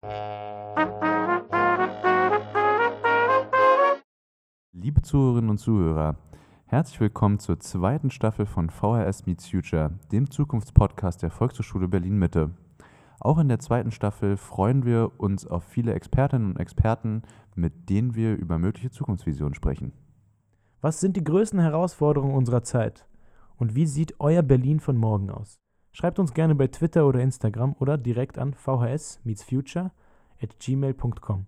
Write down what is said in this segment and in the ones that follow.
Liebe Zuhörerinnen und Zuhörer, herzlich willkommen zur zweiten Staffel von VHS Meets Future, dem Zukunftspodcast der Volkshochschule Berlin-Mitte. Auch in der zweiten Staffel freuen wir uns auf viele Expertinnen und Experten, mit denen wir über mögliche Zukunftsvisionen sprechen. Was sind die größten Herausforderungen unserer Zeit? Und wie sieht euer Berlin von morgen aus? Schreibt uns gerne bei Twitter oder Instagram oder direkt an vhs-meetsfuture@gmail.com.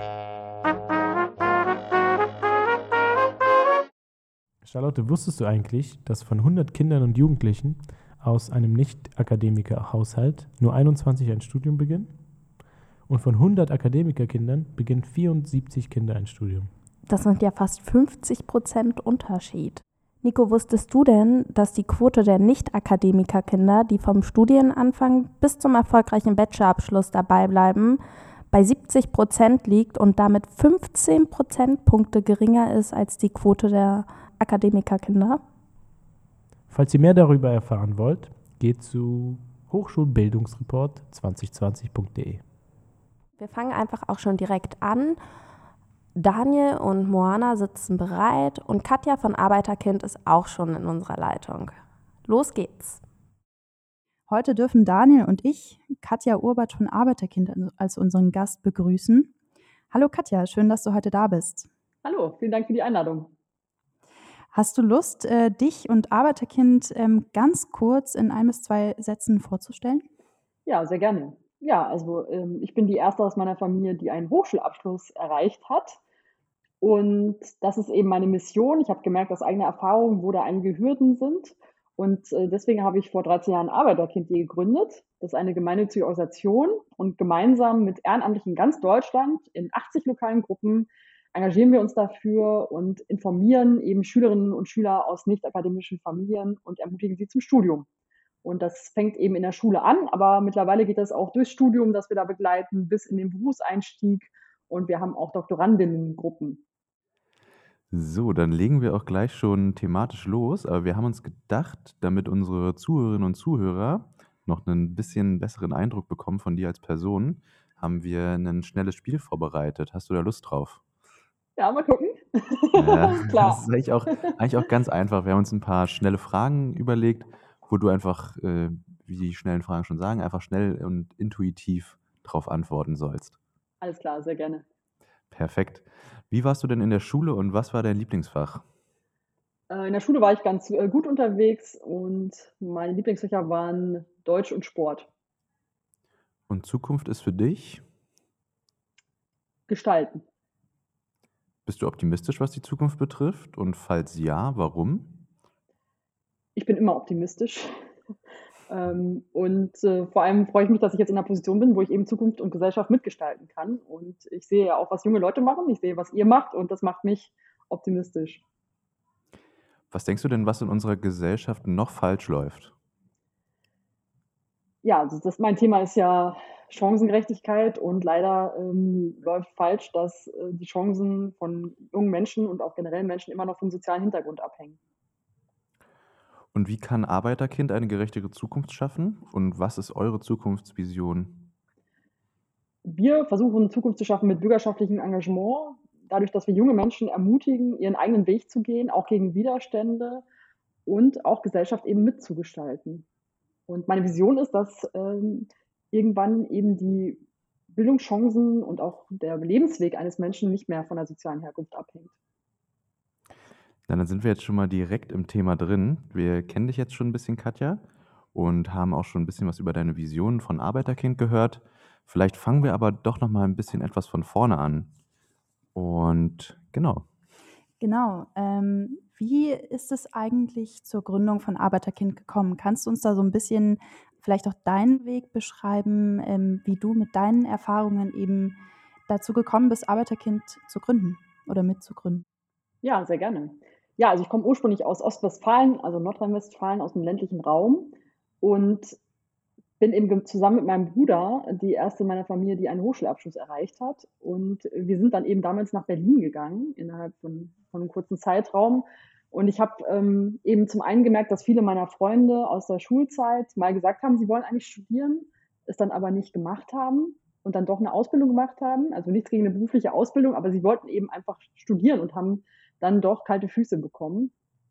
Charlotte, wusstest du eigentlich, dass von 100 Kindern und Jugendlichen aus einem Nicht-Akademiker-Haushalt nur 21 ein Studium beginnen? Und von 100 Akademikerkindern beginnen 74 Kinder ein Studium. Das sind ja fast 50% Unterschied. Nico, wusstest du denn, dass die Quote der Nicht-Akademiker-Kinder, die vom Studienanfang bis zum erfolgreichen Bachelorabschluss dabei bleiben, bei 70% liegt und damit 15 Prozentpunkte geringer ist als die Quote der Akademikerkinder? Falls ihr mehr darüber erfahren wollt, geht zu hochschulbildungsreport2020.de. Wir fangen einfach auch schon direkt an. Daniel und Moana sitzen bereit und Katja von Arbeiterkind ist auch schon in unserer Leitung. Los geht's! Heute dürfen Daniel und ich Katja Urbert von Arbeiterkind als unseren Gast begrüßen. Hallo Katja, schön, dass du heute da bist. Hallo, vielen Dank für die Einladung. Hast du Lust, dich und Arbeiterkind ganz kurz in 1 bis 2 Sätzen vorzustellen? Ja, sehr gerne. Ja, also ich bin die Erste aus meiner Familie, die einen Hochschulabschluss erreicht hat. Und das ist eben meine Mission. Ich habe gemerkt aus eigener Erfahrung, wo da einige Hürden sind. Und deswegen habe ich vor 13 Jahren Arbeiterkind.de gegründet. Das ist eine gemeinnützige Organisation. Und gemeinsam mit Ehrenamtlichen in ganz Deutschland in 80 lokalen Gruppen engagieren wir uns dafür und informieren eben Schülerinnen und Schüler aus nicht-akademischen Familien und ermutigen sie zum Studium. Und das fängt eben in der Schule an, aber mittlerweile geht das auch durchs Studium, das wir da begleiten, bis in den Berufseinstieg. Und wir haben auch Doktorandinnengruppen. So, dann legen wir auch gleich schon thematisch los, aber wir haben uns gedacht, damit unsere Zuhörerinnen und Zuhörer noch einen bisschen besseren Eindruck bekommen von dir als Person, haben wir ein schnelles Spiel vorbereitet. Hast du da Lust drauf? Ja, mal gucken. Ja, Klar. das ist eigentlich auch ganz einfach. Wir haben uns ein paar schnelle Fragen überlegt, wo du einfach, wie die schnellen Fragen schon sagen, einfach schnell und intuitiv drauf antworten sollst. Alles klar, sehr gerne. Perfekt. Wie warst du denn in der Schule und was war dein Lieblingsfach? In der Schule war ich ganz gut unterwegs und meine Lieblingsfächer waren Deutsch und Sport. Und Zukunft ist für dich? Gestalten. Bist du optimistisch, was die Zukunft betrifft? Und falls ja, warum? Ich bin immer optimistisch. Und vor allem freue ich mich, dass ich jetzt in einer Position bin, wo ich eben Zukunft und Gesellschaft mitgestalten kann. Und ich sehe ja auch, was junge Leute machen. Ich sehe, was ihr macht und das macht mich optimistisch. Was denkst du denn, was in unserer Gesellschaft noch falsch läuft? Ja, also mein Thema ist ja Chancengerechtigkeit und leider läuft falsch, dass die Chancen von jungen Menschen und auch generell Menschen immer noch vom sozialen Hintergrund abhängen. Und wie kann Arbeiterkind eine gerechtere Zukunft schaffen? Und was ist eure Zukunftsvision? Wir versuchen, eine Zukunft zu schaffen mit bürgerschaftlichem Engagement, dadurch, dass wir junge Menschen ermutigen, ihren eigenen Weg zu gehen, auch gegen Widerstände und auch Gesellschaft eben mitzugestalten. Und meine Vision ist, dass irgendwann eben die Bildungschancen und auch der Lebensweg eines Menschen nicht mehr von der sozialen Herkunft abhängt. Dann sind wir jetzt schon mal direkt im Thema drin. Wir kennen dich jetzt schon ein bisschen, Katja, und haben auch schon ein bisschen was über deine Vision von Arbeiterkind gehört. Vielleicht fangen wir aber doch noch mal ein bisschen etwas von vorne an. Und genau. Genau. Wie ist es eigentlich zur Gründung von Arbeiterkind gekommen? Kannst du uns da so ein bisschen vielleicht auch deinen Weg beschreiben, wie du mit deinen Erfahrungen eben dazu gekommen bist, Arbeiterkind zu gründen oder mitzugründen? Ja, sehr gerne. Ja, also ich komme ursprünglich aus Ostwestfalen, also Nordrhein-Westfalen, aus dem ländlichen Raum und bin eben zusammen mit meinem Bruder die erste meiner Familie, die einen Hochschulabschluss erreicht hat. Und wir sind dann eben damals nach Berlin gegangen, innerhalb von einem kurzen Zeitraum. Und ich habe eben zum einen gemerkt, dass viele meiner Freunde aus der Schulzeit mal gesagt haben, sie wollen eigentlich studieren, es dann aber nicht gemacht haben. und dann doch eine Ausbildung gemacht haben. Also nichts gegen eine berufliche Ausbildung, aber sie wollten eben einfach studieren und haben dann doch kalte Füße bekommen.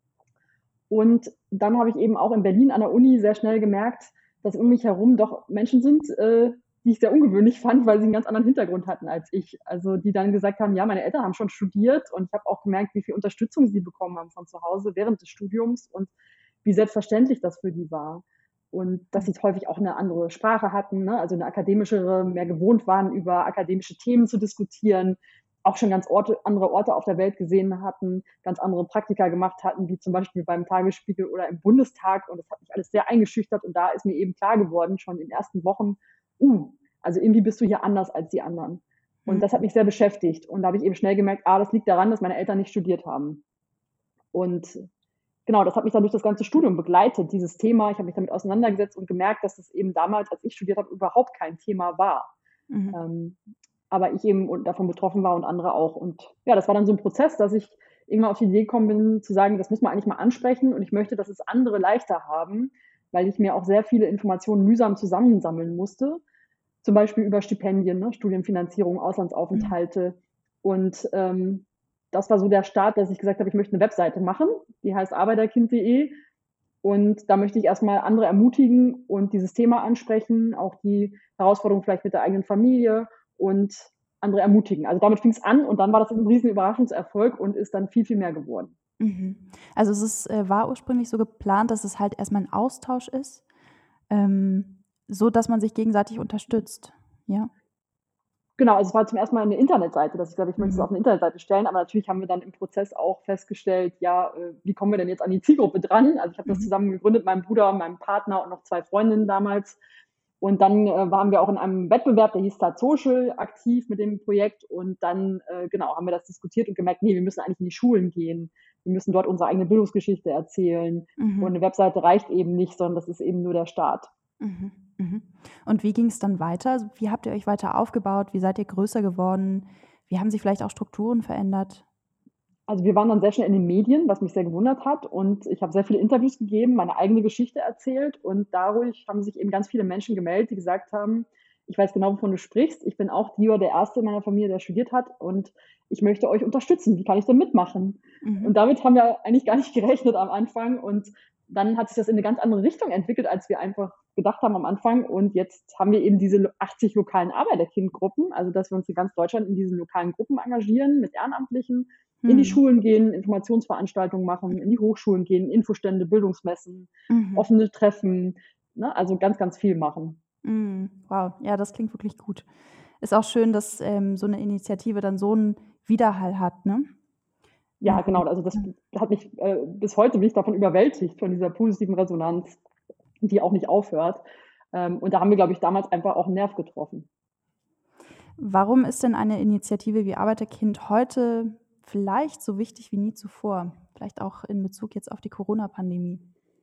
Und dann habe ich eben auch in Berlin an der Uni sehr schnell gemerkt, dass um mich herum doch Menschen sind, die ich sehr ungewöhnlich fand, weil sie einen ganz anderen Hintergrund hatten als ich. Also die dann gesagt haben, ja, meine Eltern haben schon studiert, und ich habe auch gemerkt, wie viel Unterstützung sie bekommen haben von zu Hause während des Studiums und wie selbstverständlich das für die war. Und dass sie häufig auch eine andere Sprache hatten, ne? Also eine akademischere, mehr gewohnt waren, über akademische Themen zu diskutieren, auch schon ganz andere Orte auf der Welt gesehen hatten, ganz andere Praktika gemacht hatten, wie zum Beispiel beim Tagesspiegel oder im Bundestag. Und das hat mich alles sehr eingeschüchtert. Und da ist mir eben klar geworden, schon in den ersten Wochen, also irgendwie bist du hier anders als die anderen. Und das hat mich sehr beschäftigt. Und da habe ich eben schnell gemerkt, das liegt daran, dass meine Eltern nicht studiert haben. Und genau, das hat mich dann durch das ganze Studium begleitet, dieses Thema. Ich habe mich damit auseinandergesetzt und gemerkt, dass das eben damals, als ich studiert habe, überhaupt kein Thema war. Aber ich eben davon betroffen war und andere auch. Und ja, das war dann so ein Prozess, dass ich irgendwann auf die Idee gekommen bin, zu sagen, das muss man eigentlich mal ansprechen, und ich möchte, dass es andere leichter haben, weil ich mir auch sehr viele Informationen mühsam zusammensammeln musste, zum Beispiel über Stipendien, ne, Studienfinanzierung, Auslandsaufenthalte. Und das war so der Start, dass ich gesagt habe, ich möchte eine Webseite machen, die heißt arbeiterkind.de. Und da möchte ich erstmal andere ermutigen und dieses Thema ansprechen, auch die Herausforderung vielleicht mit der eigenen Familie, und andere ermutigen. Also damit fing es an, und dann war das ein riesen Überraschungserfolg und ist dann viel, viel mehr geworden. Also es war ursprünglich so geplant, dass es halt erstmal ein Austausch ist, so dass man sich gegenseitig unterstützt, ja? Genau, also es war zum ersten Mal eine Internetseite, dass ich glaube, ich möchte es auf eine Internetseite stellen, aber natürlich haben wir dann im Prozess auch festgestellt, ja, wie kommen wir denn jetzt an die Zielgruppe dran? Also ich habe das zusammen gegründet, meinem Bruder, meinem Partner und noch 2 Freundinnen damals. Und dann waren wir auch in einem Wettbewerb, der hieß Start Social, aktiv mit dem Projekt. Und dann, haben wir das diskutiert und gemerkt, nee, wir müssen eigentlich in die Schulen gehen. Wir müssen dort unsere eigene Bildungsgeschichte erzählen. Und eine Webseite reicht eben nicht, sondern das ist eben nur der Start. Und wie ging es dann weiter? Also wie habt ihr euch weiter aufgebaut? Wie seid ihr größer geworden? Wie haben sich vielleicht auch Strukturen verändert? Also wir waren dann sehr schnell in den Medien, was mich sehr gewundert hat. Und ich habe sehr viele Interviews gegeben, meine eigene Geschichte erzählt. Und dadurch haben sich eben ganz viele Menschen gemeldet, die gesagt haben, ich weiß genau, wovon du sprichst. Ich bin auch der Erste in meiner Familie, der studiert hat. Und ich möchte euch unterstützen. Wie kann ich denn mitmachen? Und damit haben wir eigentlich gar nicht gerechnet am Anfang. Und dann hat sich das in eine ganz andere Richtung entwickelt, als wir einfach gedacht haben am Anfang. Und jetzt haben wir eben diese 80 lokalen Arbeiterkindgruppen, also dass wir uns in ganz Deutschland in diesen lokalen Gruppen engagieren mit Ehrenamtlichen, in die Schulen gehen, Informationsveranstaltungen machen, in die Hochschulen gehen, Infostände, Bildungsmessen, offene Treffen, ne? Also ganz, ganz viel machen. Wow, ja, das klingt wirklich gut. Ist auch schön, dass so eine Initiative dann so einen Widerhall hat, ne? Ja, genau. Also das hat mich bis heute bin ich davon überwältigt, von dieser positiven Resonanz, die auch nicht aufhört. Und da haben wir, glaube ich, damals einfach auch einen Nerv getroffen. Warum ist denn eine Initiative wie Arbeiterkind heute vielleicht so wichtig wie nie zuvor? Vielleicht auch in Bezug jetzt auf die Corona-Pandemie.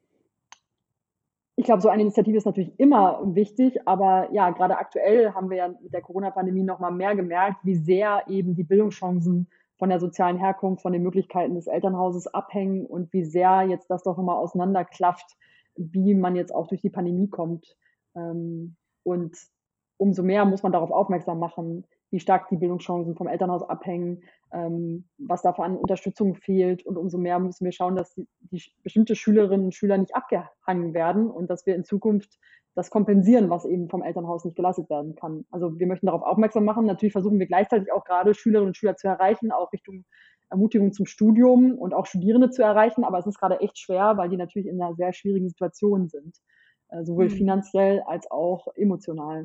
Ich glaube, so eine Initiative ist natürlich immer wichtig, aber ja, gerade aktuell haben wir ja mit der Corona-Pandemie noch mal mehr gemerkt, wie sehr eben die Bildungschancen von der sozialen Herkunft, von den Möglichkeiten des Elternhauses abhängen und wie sehr jetzt das doch nochmal auseinanderklafft, wie man jetzt auch durch die Pandemie kommt. Und umso mehr muss man darauf aufmerksam machen, wie stark die Bildungschancen vom Elternhaus abhängen, was da an Unterstützung fehlt. Und umso mehr müssen wir schauen, dass die bestimmte Schülerinnen und Schüler nicht abgehangen werden und dass wir in Zukunft das kompensieren, was eben vom Elternhaus nicht geleistet werden kann. Also wir möchten darauf aufmerksam machen. Natürlich versuchen wir gleichzeitig auch gerade Schülerinnen und Schüler zu erreichen, auch Richtung Ermutigung zum Studium und auch Studierende zu erreichen. Aber es ist gerade echt schwer, weil die natürlich in einer sehr schwierigen Situation sind, sowohl finanziell als auch emotional.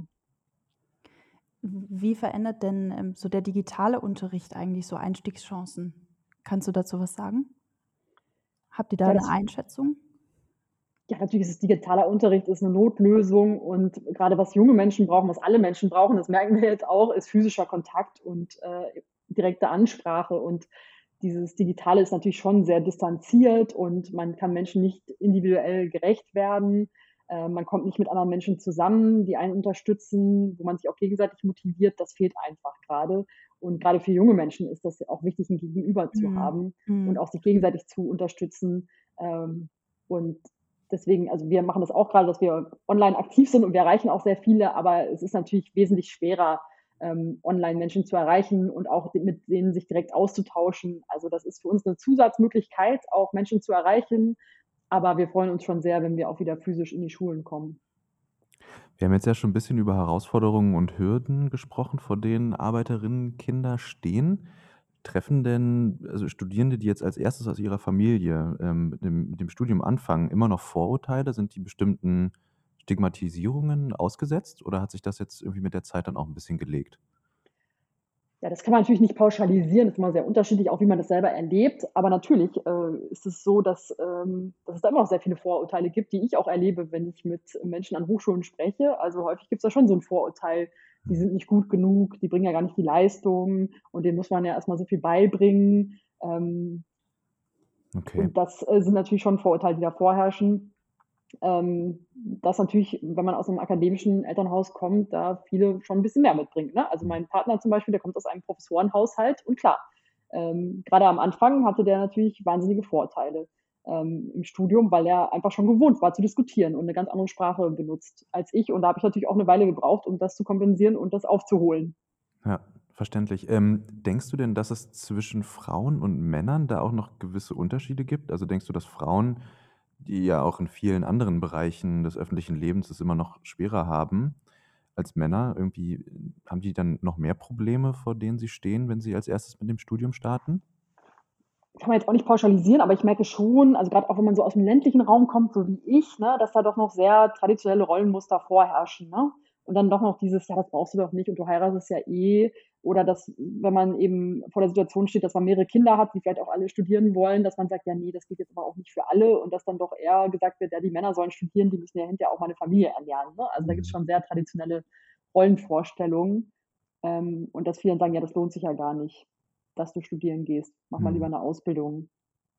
Wie verändert denn so der digitale Unterricht eigentlich so Einstiegschancen? Kannst du dazu was sagen? Habt ihr da eine Einschätzung? Ja, natürlich ist digitaler Unterricht ist eine Notlösung, und gerade was junge Menschen brauchen, was alle Menschen brauchen, das merken wir jetzt auch, ist physischer Kontakt und direkte Ansprache. Und dieses Digitale ist natürlich schon sehr distanziert und man kann Menschen nicht individuell gerecht werden. Man kommt nicht mit anderen Menschen zusammen, die einen unterstützen, wo man sich auch gegenseitig motiviert. Das fehlt einfach gerade. Und gerade für junge Menschen ist das auch wichtig, ein Gegenüber zu haben und auch sich gegenseitig zu unterstützen. Und deswegen, also wir machen das auch gerade, dass wir online aktiv sind und wir erreichen auch sehr viele, aber es ist natürlich wesentlich schwerer, online Menschen zu erreichen und auch mit denen sich direkt auszutauschen. Also das ist für uns eine Zusatzmöglichkeit, auch Menschen zu erreichen, aber wir freuen uns schon sehr, wenn wir auch wieder physisch in die Schulen kommen. Wir haben jetzt ja schon ein bisschen über Herausforderungen und Hürden gesprochen, vor denen Arbeiterinnenkinder stehen. Treffen denn also Studierende, die jetzt als erstes aus ihrer Familie mit dem Studium anfangen, immer noch Vorurteile? Sind die bestimmten Stigmatisierungen ausgesetzt oder hat sich das jetzt irgendwie mit der Zeit dann auch ein bisschen gelegt? Ja, das kann man natürlich nicht pauschalisieren, das ist immer sehr unterschiedlich, auch wie man das selber erlebt. Aber natürlich ist es so, dass es da immer noch sehr viele Vorurteile gibt, die ich auch erlebe, wenn ich mit Menschen an Hochschulen spreche. Also häufig gibt es da schon so ein Vorurteil, die sind nicht gut genug, die bringen ja gar nicht die Leistung und denen muss man ja erstmal so viel beibringen. Okay. Und das sind natürlich schon Vorurteile, die da vorherrschen. Dass natürlich, wenn man aus einem akademischen Elternhaus kommt, da viele schon ein bisschen mehr mitbringen. Ne? Also mein Partner zum Beispiel, der kommt aus einem Professorenhaushalt und klar, gerade am Anfang hatte der natürlich wahnsinnige Vorteile im Studium, weil er einfach schon gewohnt war zu diskutieren und eine ganz andere Sprache benutzt als ich. Und da habe ich natürlich auch eine Weile gebraucht, um das zu kompensieren und das aufzuholen. Ja, verständlich. Denkst du denn, dass es zwischen Frauen und Männern da auch noch gewisse Unterschiede gibt? Also denkst du, dass Frauen, die ja auch in vielen anderen Bereichen des öffentlichen Lebens es immer noch schwerer haben als Männer, irgendwie haben die dann noch mehr Probleme, vor denen sie stehen, wenn sie als erstes mit dem Studium starten? Kann man jetzt auch nicht pauschalisieren, aber ich merke schon, also gerade auch wenn man so aus dem ländlichen Raum kommt, so wie ich, ne, dass da doch noch sehr traditionelle Rollenmuster vorherrschen. Ne? Und dann doch noch dieses, ja, das brauchst du doch nicht und du heiratest ja eh. Oder dass, wenn man eben vor der Situation steht, dass man mehrere Kinder hat, die vielleicht auch alle studieren wollen, dass man sagt, ja, nee, das geht jetzt aber auch nicht für alle. Und dass dann doch eher gesagt wird, ja, die Männer sollen studieren, die müssen ja hinterher auch mal eine Familie ernähren. Ne? Also da gibt es schon sehr traditionelle Rollenvorstellungen. Und dass viele dann sagen, ja, das lohnt sich ja gar nicht, dass du studieren gehst. Mach mal lieber Hm. eine Ausbildung.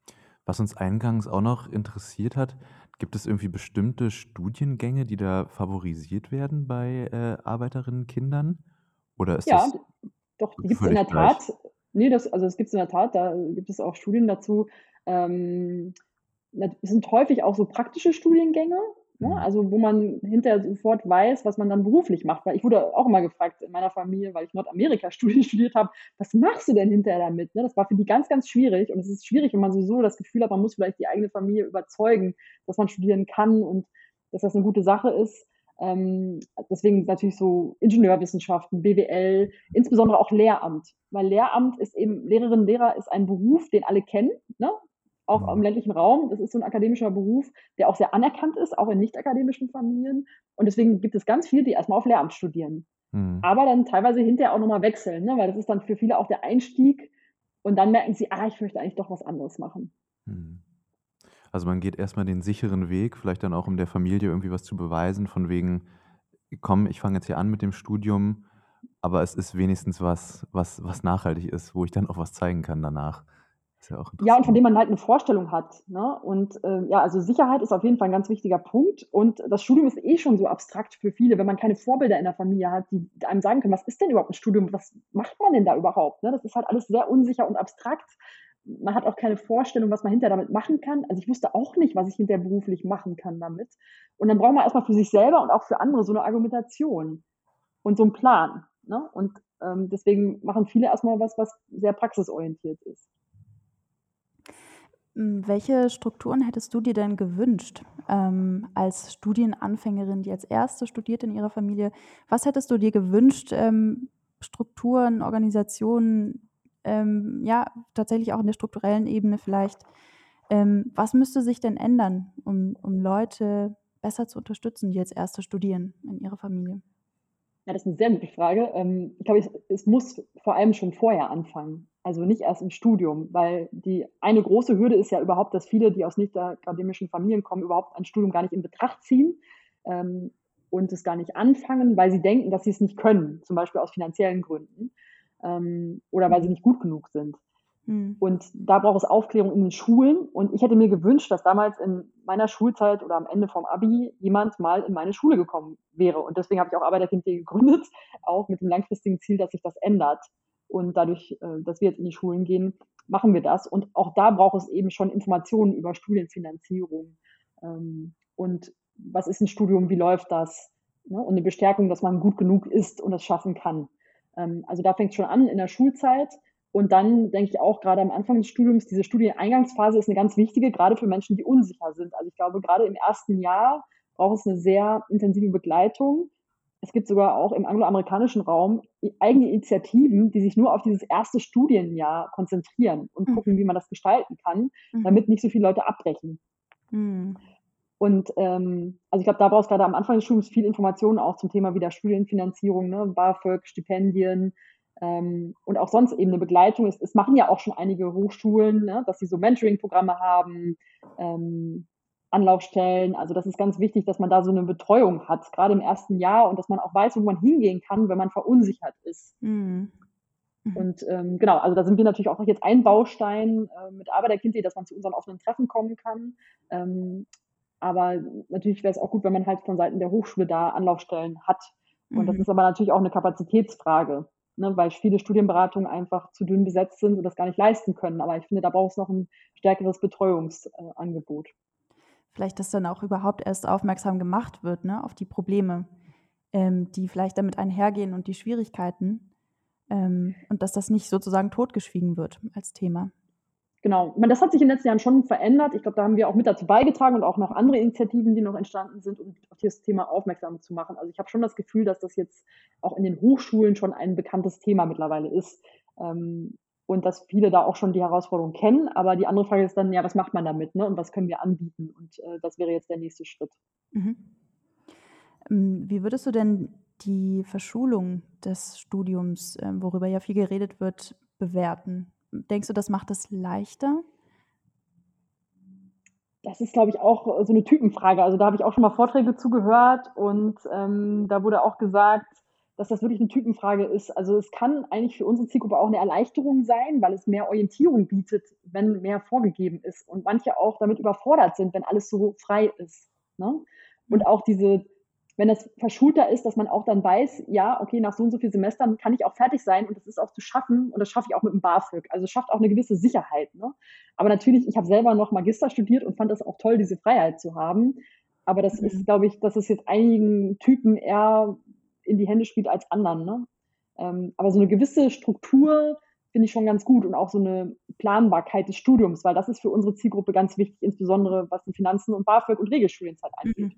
Was uns eingangs auch noch interessiert hat, gibt es irgendwie bestimmte Studiengänge, die da favorisiert werden bei Arbeiterinnen-Kindern? Oder ist Ja, das doch, die gibt es in völlig der gleich? Tat. Ne, das gibt es in der Tat, da gibt es auch Studien dazu. Ähm, es sind häufig auch so praktische Studiengänge, ne? Hm. Also, wo man hinterher sofort weiß, was man dann beruflich macht. Weil ich wurde auch immer gefragt in meiner Familie, weil ich Nordamerika-Studien studiert habe: „Was machst du denn hinterher damit?“ Ne, das war für die ganz, ganz schwierig und es ist schwierig, wenn man sowieso das Gefühl hat, man muss vielleicht die eigene Familie überzeugen, dass man studieren kann und dass das 'ne gute Sache ist. Deswegen natürlich so Ingenieurwissenschaften, BWL, insbesondere auch Lehramt. Weil Lehramt ist eben Lehrerinnen, Lehrer ist ein Beruf, den alle kennen, ne? Auch im Hm. ländlichen Raum. Das ist so 'n akademischer Beruf, der auch sehr anerkannt ist, auch in nicht akademischen Familien. Und deswegen gibt es ganz viele, die erst mal auf Lehramt studieren. Hm. Aber dann teilweise hinterher auch noch mal wechseln, ne? Weil das ist dann für viele auch der Einstieg und dann merken sie: „Ah, ich möchte eigentlich doch was anderes machen.“ Hm. Also man geht erst mal den sicheren Weg, vielleicht dann auch, um der Familie irgendwie was zu beweisen, von wegen: „Komm, ich fange jetzt hier an mit dem Studium, aber es ist wenigstens was nachhaltig ist, wo ich dann auch was zeigen kann danach.“ Ist ja auch Ja, und von interessant. dem man halt 'ne Vorstellung hat, ne? Und, ja, also Sicherheit ist auf jeden Fall 'n ganz wichtiger Punkt und das Studium ist eh schon so abstrakt für viele, wenn man keine Vorbilder in der Familie hat, die einem sagen können: „Was ist denn überhaupt 'n Studium? Was macht man denn da überhaupt?“ Ne? Das ist halt alles sehr unsicher und abstrakt. Man hat auch keine Vorstellung, was man hinterher damit machen kann. Also, ich wusste auch nicht, was ich hinterher beruflich machen kann damit. Und dann braucht man erst mal für sich selber und auch für andere so 'ne Argumentation und so 'n Plan, ne? Und, deswegen machen viele erst mal was sehr praxisorientiert ist. Welche Strukturen hättest du dir denn gewünscht, als Studienanfängerin, die als Erste studiert in ihrer Familie? Was hättest du dir gewünscht, Strukturen, Organisationen, ja, tatsächlich auch in der strukturellen Ebene vielleicht? Was müsste sich denn ändern, um Leute besser zu unterstützen, die als Erste studieren in ihrer Familie? Ja, das ist 'ne sehr gute Frage. Ich glaube, es muss vor allem schon vorher anfangen, also nicht erst im Studium, weil die eine große Hürde ist ja überhaupt, dass viele, die aus nicht akademischen Familien kommen, überhaupt ein Studium gar nicht in Betracht ziehen, ähm, und es gar nicht anfangen, weil sie denken, dass sie's nicht können, zum Beispiel aus finanziellen Gründen, oder weil sie Mhm. nicht gut genug sind. Mhm. Und da braucht es Aufklärung in den Schulen. Und ich hätte mir gewünscht, dass damals in meiner Schulzeit oder am Ende vom Abi jemand mal in meine Schule gekommen wäre. Und deswegen habe ich auch Arbeiterkind.de gegründet, auch mit dem langfristigen Ziel, dass sich das ändert. Und dadurch, dass wir jetzt in die Schulen gehen, machen wir das. Und auch da braucht es eben schon Informationen über Studienfinanzierung Und was ist ein Studium, wie läuft das? Ne? Und eine Bestärkung, dass man gut genug ist und das schaffen kann. Also da fängt es schon an in der Schulzeit. Und dann denke ich auch gerade am Anfang des Studiums, diese Studieneingangsphase ist eine ganz wichtige, gerade für Menschen, die unsicher sind. Also ich glaube, gerade im ersten Jahr braucht es eine sehr intensive Begleitung. Es gibt sogar auch im angloamerikanischen Raum eigene Initiativen, die sich nur auf dieses erste Studienjahr konzentrieren und gucken, wie man das gestalten kann, damit nicht so viele Leute abbrechen. Und also ich glaube, da brauchst du gerade am Anfang des Studiums viel Informationen auch zum Thema wieder Studienfinanzierung, ne, BAföG, Stipendien und auch sonst eben eine Begleitung. Es machen ja auch schon einige Hochschulen, ne, dass sie so Mentoring-Programme haben, Anlaufstellen. Also das ist ganz wichtig, dass man da so eine Betreuung hat, gerade im ersten Jahr und dass man auch weiß, wo man hingehen kann, wenn man verunsichert ist. Und genau, also da sind wir natürlich auch jetzt ein Baustein mit Arbeiterkind.de, dass man zu unseren offenen Treffen kommen kann. Aber natürlich wäre es auch gut, wenn man halt von Seiten der Hochschule da Anlaufstellen hat. Und das ist aber natürlich auch eine Kapazitätsfrage, ne, weil viele Studienberatungen einfach zu dünn besetzt sind und das gar nicht leisten können. Aber ich finde, da braucht es noch ein stärkeres Betreuungsangebot. Vielleicht, dass dann auch überhaupt erst aufmerksam gemacht wird, ne, auf die Probleme, die vielleicht damit einhergehen und die Schwierigkeiten. Und dass das nicht sozusagen totgeschwiegen wird als Thema. Genau, ich meine, das hat sich in den letzten Jahren schon verändert. Ich glaube, da haben wir auch mit dazu beigetragen und auch noch andere Initiativen, die noch entstanden sind, um auf dieses Thema aufmerksam zu machen. Also ich habe schon das Gefühl, dass das jetzt auch in den Hochschulen schon ein bekanntes Thema mittlerweile ist und dass viele da auch schon die Herausforderungen kennen. Aber die andere Frage ist dann, ja, was macht man damit, ne? Und was können wir anbieten? Und das wäre jetzt der nächste Schritt. Wie würdest du denn die Verschulung des Studiums, worüber ja viel geredet wird, bewerten? Denkst du, das macht es leichter? Das ist, glaube ich, auch so eine Typenfrage. Also da habe ich auch schon mal Vorträge zugehört und da wurde auch gesagt, dass das wirklich eine Typenfrage ist. Also es kann eigentlich für unsere Zielgruppe auch eine Erleichterung sein, weil es mehr Orientierung bietet, wenn mehr vorgegeben ist und manche auch damit überfordert sind, wenn alles so frei ist. Ne? Und auch wenn das verschulter ist, dass man auch dann weiß, ja, okay, nach so und so vielen Semestern kann ich auch fertig sein und das ist auch zu schaffen und das schaffe ich auch mit dem BAföG. Also es schafft auch eine gewisse Sicherheit. Ne? Aber natürlich, ich habe selber noch Magister studiert und fand das auch toll, diese Freiheit zu haben. Aber das ist, glaube ich, dass es jetzt einigen Typen eher in die Hände spielt als anderen. Ne? Aber so eine gewisse Struktur finde ich schon ganz gut und auch so eine Planbarkeit des Studiums, weil das ist für unsere Zielgruppe ganz wichtig, insbesondere was die Finanzen und BAföG und Regelstudienzeit angeht.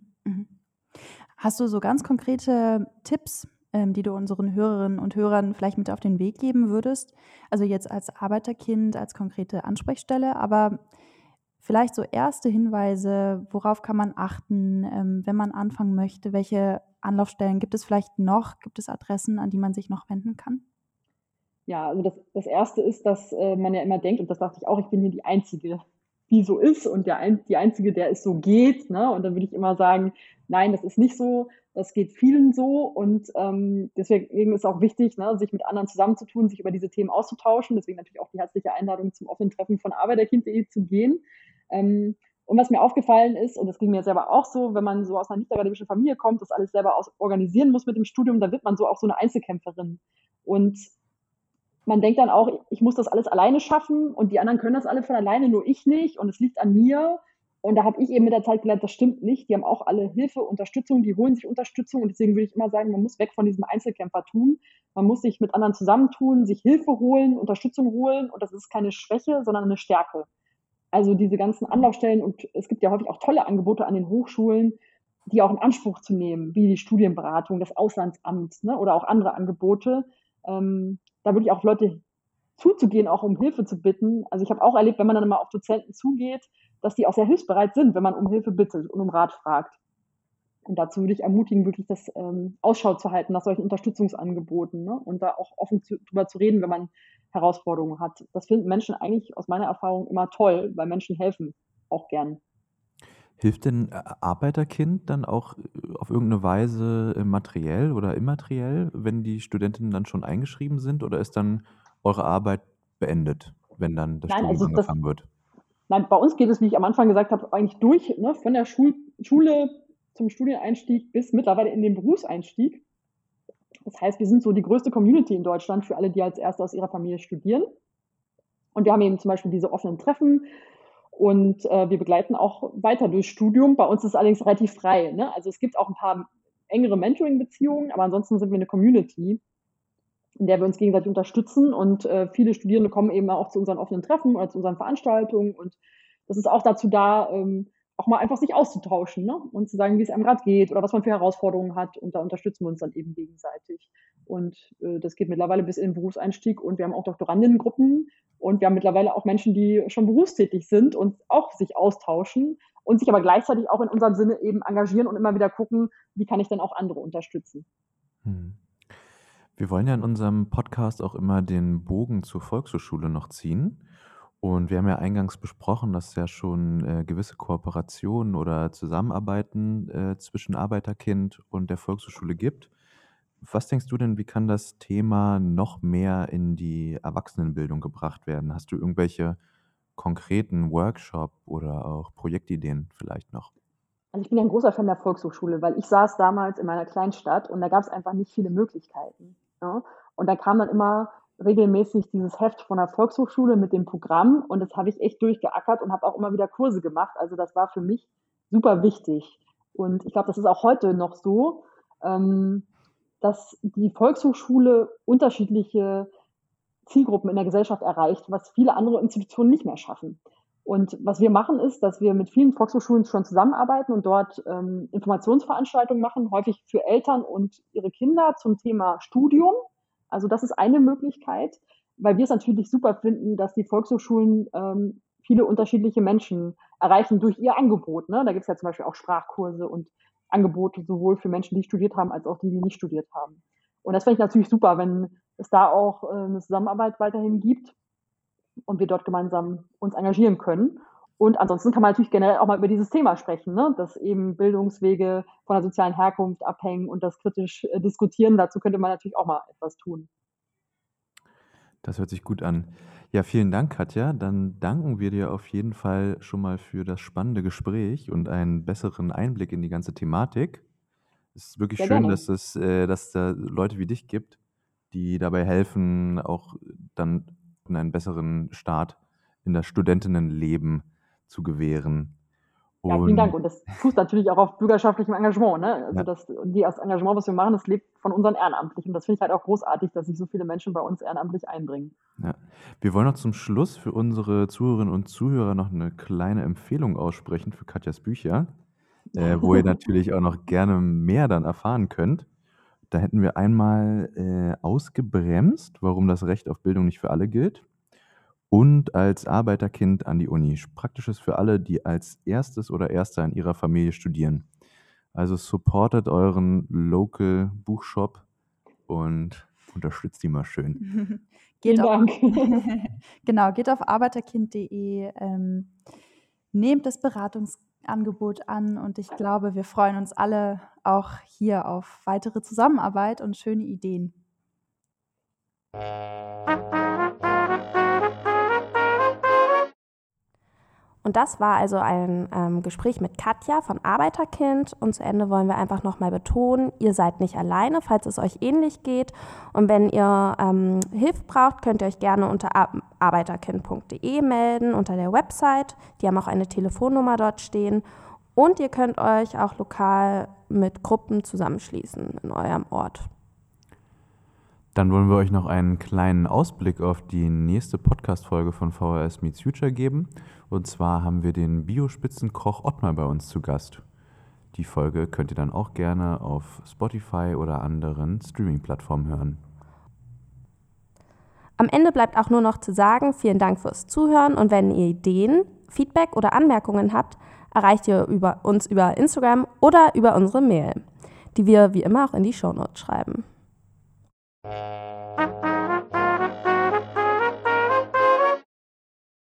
Hast du so ganz konkrete Tipps, die du unseren Hörerinnen und Hörern vielleicht mit auf den Weg geben würdest? Also jetzt als Arbeiterkind, als konkrete Ansprechstelle, aber vielleicht so erste Hinweise, worauf kann man achten, wenn man anfangen möchte? Welche Anlaufstellen gibt es vielleicht noch? Gibt es Adressen, an die man sich noch wenden kann? Ja, also das Erste ist, dass man ja immer denkt, und das dachte ich auch, ich bin hier die Einzige, die so ist und die Einzige, der es so geht. Ne? Und dann würde ich immer sagen, nein, das ist nicht so, das geht vielen so. Und deswegen ist es auch wichtig, ne, sich mit anderen zusammenzutun, sich über diese Themen auszutauschen. Deswegen natürlich auch die herzliche Einladung zum offenen Treffen von Arbeiterkind.de zu gehen. Und was mir aufgefallen ist, und das ging mir selber auch so, wenn man so aus einer nicht-akademischen Familie kommt, das alles selber organisieren muss mit dem Studium, dann wird man so auch so eine Einzelkämpferin. Und man denkt dann auch, ich muss das alles alleine schaffen und die anderen können das alle von alleine, nur ich nicht und es liegt an mir. Und da habe ich eben mit der Zeit gelernt, das stimmt nicht. Die haben auch alle Hilfe, Unterstützung, die holen sich Unterstützung und deswegen würde ich immer sagen, man muss weg von diesem Einzelkämpfertum. Man muss sich mit anderen zusammentun, sich Hilfe holen, Unterstützung holen und das ist keine Schwäche, sondern eine Stärke. Also diese ganzen Anlaufstellen und es gibt ja häufig auch tolle Angebote an den Hochschulen, die auch in Anspruch zu nehmen, wie die Studienberatung, das Auslandsamt, ne, oder auch andere Angebote. Da würde ich auch Leute zuzugehen, auch um Hilfe zu bitten. Also ich habe auch erlebt, wenn man dann mal auf Dozenten zugeht, dass die auch sehr hilfsbereit sind, wenn man um Hilfe bittet und um Rat fragt. Und dazu würde ich ermutigen, wirklich das Ausschau zu halten nach solchen Unterstützungsangeboten, ne? Und da auch offen drüber zu reden, wenn man Herausforderungen hat. Das finden Menschen eigentlich aus meiner Erfahrung immer toll, weil Menschen helfen auch gern. Hilft denn Arbeiterkind dann auch auf irgendeine Weise materiell oder immateriell, wenn die Studentinnen dann schon eingeschrieben sind? Oder ist dann eure Arbeit beendet, wenn dann das Studium angefangen wird? Nein, bei uns geht es, wie ich am Anfang gesagt habe, eigentlich durch, ne, von der Schule zum Studieneinstieg bis mittlerweile in den Berufseinstieg. Das heißt, wir sind so die größte Community in Deutschland für alle, die als Erste aus ihrer Familie studieren. Und wir haben eben zum Beispiel diese offenen Treffen Und wir begleiten auch weiter durchs Studium. Bei uns ist es allerdings relativ frei, ne? Also es gibt auch ein paar engere Mentoring-Beziehungen, aber ansonsten sind wir eine Community, in der wir uns gegenseitig unterstützen. Und viele Studierende kommen eben auch zu unseren offenen Treffen oder zu unseren Veranstaltungen. Und das ist auch dazu da, auch mal einfach sich auszutauschen, ne? Und zu sagen, wie es einem gerade geht oder was man für Herausforderungen hat. Und da unterstützen wir uns dann eben gegenseitig. Und das geht mittlerweile bis in den Berufseinstieg. Und wir haben auch Doktorandinnengruppen. Und wir haben mittlerweile auch Menschen, die schon berufstätig sind und auch sich austauschen und sich aber gleichzeitig auch in unserem Sinne eben engagieren und immer wieder gucken, wie kann ich denn auch andere unterstützen. Wir wollen ja in unserem Podcast auch immer den Bogen zur Volkshochschule noch ziehen. Und wir haben ja eingangs besprochen, dass es ja schon gewisse Kooperationen oder Zusammenarbeiten zwischen Arbeiterkind und der Volkshochschule gibt. Was denkst du denn, wie kann das Thema noch mehr in die Erwachsenenbildung gebracht werden? Hast du irgendwelche konkreten Workshop oder auch Projektideen vielleicht noch? Also ich bin ja ein großer Fan der Volkshochschule, weil ich saß damals in meiner Kleinstadt und da gab es einfach nicht viele Möglichkeiten. Ja? Und da kam dann immer regelmäßig dieses Heft von der Volkshochschule mit dem Programm und das habe ich echt durchgeackert und habe auch immer wieder Kurse gemacht. Also das war für mich super wichtig. Und ich glaube, das ist auch heute noch so, dass die Volkshochschule unterschiedliche Zielgruppen in der Gesellschaft erreicht, was viele andere Institutionen nicht mehr schaffen. Und was wir machen ist, dass wir mit vielen Volkshochschulen schon zusammenarbeiten und dort Informationsveranstaltungen machen, häufig für Eltern und ihre Kinder zum Thema Studium. Also das ist eine Möglichkeit, weil wir es natürlich super finden, dass die Volkshochschulen viele unterschiedliche Menschen erreichen durch ihr Angebot. Ne? Da gibt es ja zum Beispiel auch Sprachkurse und Angebote sowohl für Menschen, die studiert haben, als auch die, die nicht studiert haben. Und das finde ich natürlich super, wenn es da auch eine Zusammenarbeit weiterhin gibt und wir dort gemeinsam uns engagieren können. Und ansonsten kann man natürlich generell auch mal über dieses Thema sprechen, ne? Dass eben Bildungswege von der sozialen Herkunft abhängen und das kritisch diskutieren. Dazu könnte man natürlich auch mal etwas tun. Das hört sich gut an. Ja, vielen Dank, Katja. Dann danken wir dir auf jeden Fall schon mal für das spannende Gespräch und einen besseren Einblick in die ganze Thematik. Es ist wirklich Sehr schön, gerne. dass da Leute wie dich gibt, die dabei helfen, auch dann einen besseren Start in das Studentinnenleben zu gewähren. Ja, vielen Dank. Und Und das fußt natürlich auch auf bürgerschaftlichem Engagement. Ne? Also ja, das Engagement, was wir machen, das lebt von unseren Ehrenamtlichen. Und das finde ich halt auch großartig, dass sich so viele Menschen bei uns ehrenamtlich einbringen. ja. Wir wollen noch zum Schluss für unsere Zuhörerinnen und Zuhörer noch eine kleine Empfehlung aussprechen für Katjas Bücher, wo ihr natürlich auch noch gerne mehr dann erfahren könnt. Da hätten wir einmal ausgebremst, warum das Recht auf Bildung nicht für alle gilt. Und als Arbeiterkind an die Uni. Praktisches für alle, die als erstes oder Erster in ihrer Familie studieren. Also supportet euren Local Buchshop und unterstützt die mal schön. Geht Vielen auf, Dank. genau, geht auf arbeiterkind.de, nehmt das Beratungsangebot an und ich glaube, wir freuen uns alle auch hier auf weitere Zusammenarbeit und schöne Ideen. Und das war also ein Gespräch mit Katja von Arbeiterkind. Und zu Ende wollen wir einfach nochmal betonen, ihr seid nicht alleine, falls es euch ähnlich geht. Und wenn ihr Hilfe braucht, könnt ihr euch gerne unter arbeiterkind.de melden, unter der Website. Die haben auch eine Telefonnummer dort stehen. Und ihr könnt euch auch lokal mit Gruppen zusammenschließen in eurem Ort. Dann wollen wir euch noch einen kleinen Ausblick auf die nächste Podcast-Folge von VHS Meets Future geben. Und zwar haben wir den Biospitzenkoch Ottmar bei uns zu Gast. Die Folge könnt ihr dann auch gerne auf Spotify oder anderen Streaming-Plattformen hören. Am Ende bleibt auch nur noch zu sagen, vielen Dank fürs Zuhören. Und wenn ihr Ideen, Feedback oder Anmerkungen habt, erreicht ihr uns über Instagram oder über unsere Mail, die wir wie immer auch in die Shownotes schreiben.